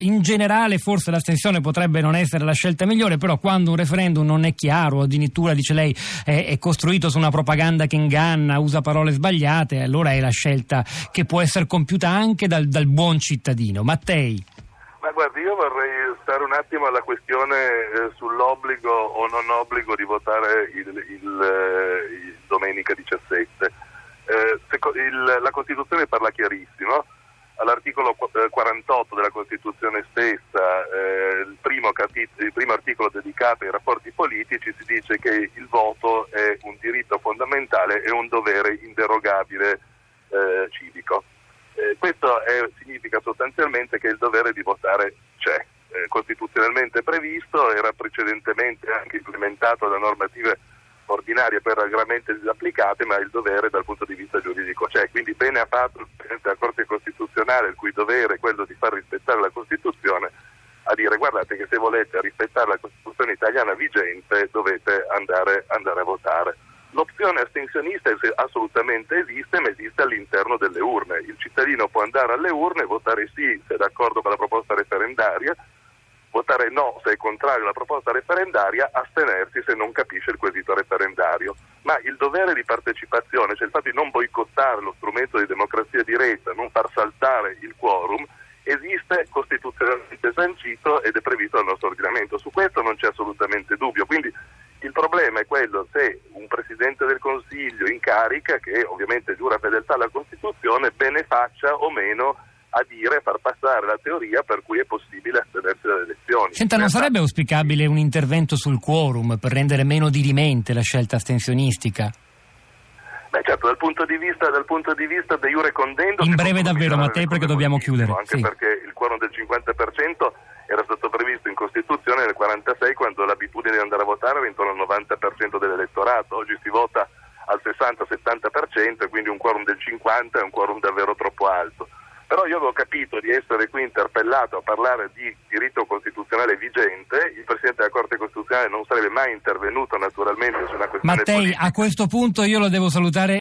in generale forse l'astensione potrebbe non essere la scelta migliore, però quando un referendum non è chiaro, addirittura dice lei è costruito su una propaganda che inganna, usa parole sbagliate, allora è la scelta che può essere compiuta anche dal buon cittadino. Mattei. Ma guardi, io vorrei stare un attimo alla questione sull'obbligo o non obbligo di votare il domenica 17. La Costituzione parla chiarissimo. All'articolo 48 della Costituzione stessa, il primo articolo dedicato ai rapporti politici, si dice che il voto è un diritto fondamentale e un dovere inderogabile civico. Questo significa sostanzialmente che il dovere di votare c'è, costituzionalmente previsto, era precedentemente anche implementato da normative ordinarie per raramente disapplicate, ma il dovere dal punto di vista giuridico c'è. Quindi bene ha fatto il Presidente della Corte Costituzionale, il cui dovere è quello di far rispettare la Costituzione, a dire: guardate che se volete rispettare la Costituzione italiana vigente dovete andare a votare. L'opzione astensionista assolutamente esiste, ma esiste all'interno delle urne. Il cittadino può andare alle urne, votare sì se è d'accordo con la proposta referendaria, votare no se è contrario alla proposta referendaria, astenersi se non capisce il quesito referendario. Ma il dovere di partecipazione, cioè il fatto di non boicottare lo strumento di democrazia diretta, non far saltare il quorum, esiste costituzionalmente sancito ed è previsto dal nostro ordinamento. Su questo non c'è assolutamente dubbio. Quindi il problema è quello se un Presidente del Consiglio in carica, che ovviamente giura fedeltà alla Costituzione, bene faccia o meno a far passare la teoria per cui è possibile astenersi dalle elezioni. Senta, non sarebbe auspicabile un intervento sul quorum per rendere meno dirimente la scelta astensionistica? Beh, certo, dal punto di vista de iure condendo... In breve davvero, Mattei, perché dobbiamo chiudere. Anche perché il quorum del 50% era stato previsto in Costituzione nel 1946, quando l'abitudine di andare a votare era intorno al 90% dell'elettorato. Oggi si vota al 60-70% e quindi un quorum del 50% è un quorum davvero troppo alto. Però io avevo capito di essere qui interpellato a parlare di diritto costituzionale vigente. Il Presidente della Corte Costituzionale non sarebbe mai intervenuto naturalmente su una questione Mattei, politica. a questo punto io lo devo salutare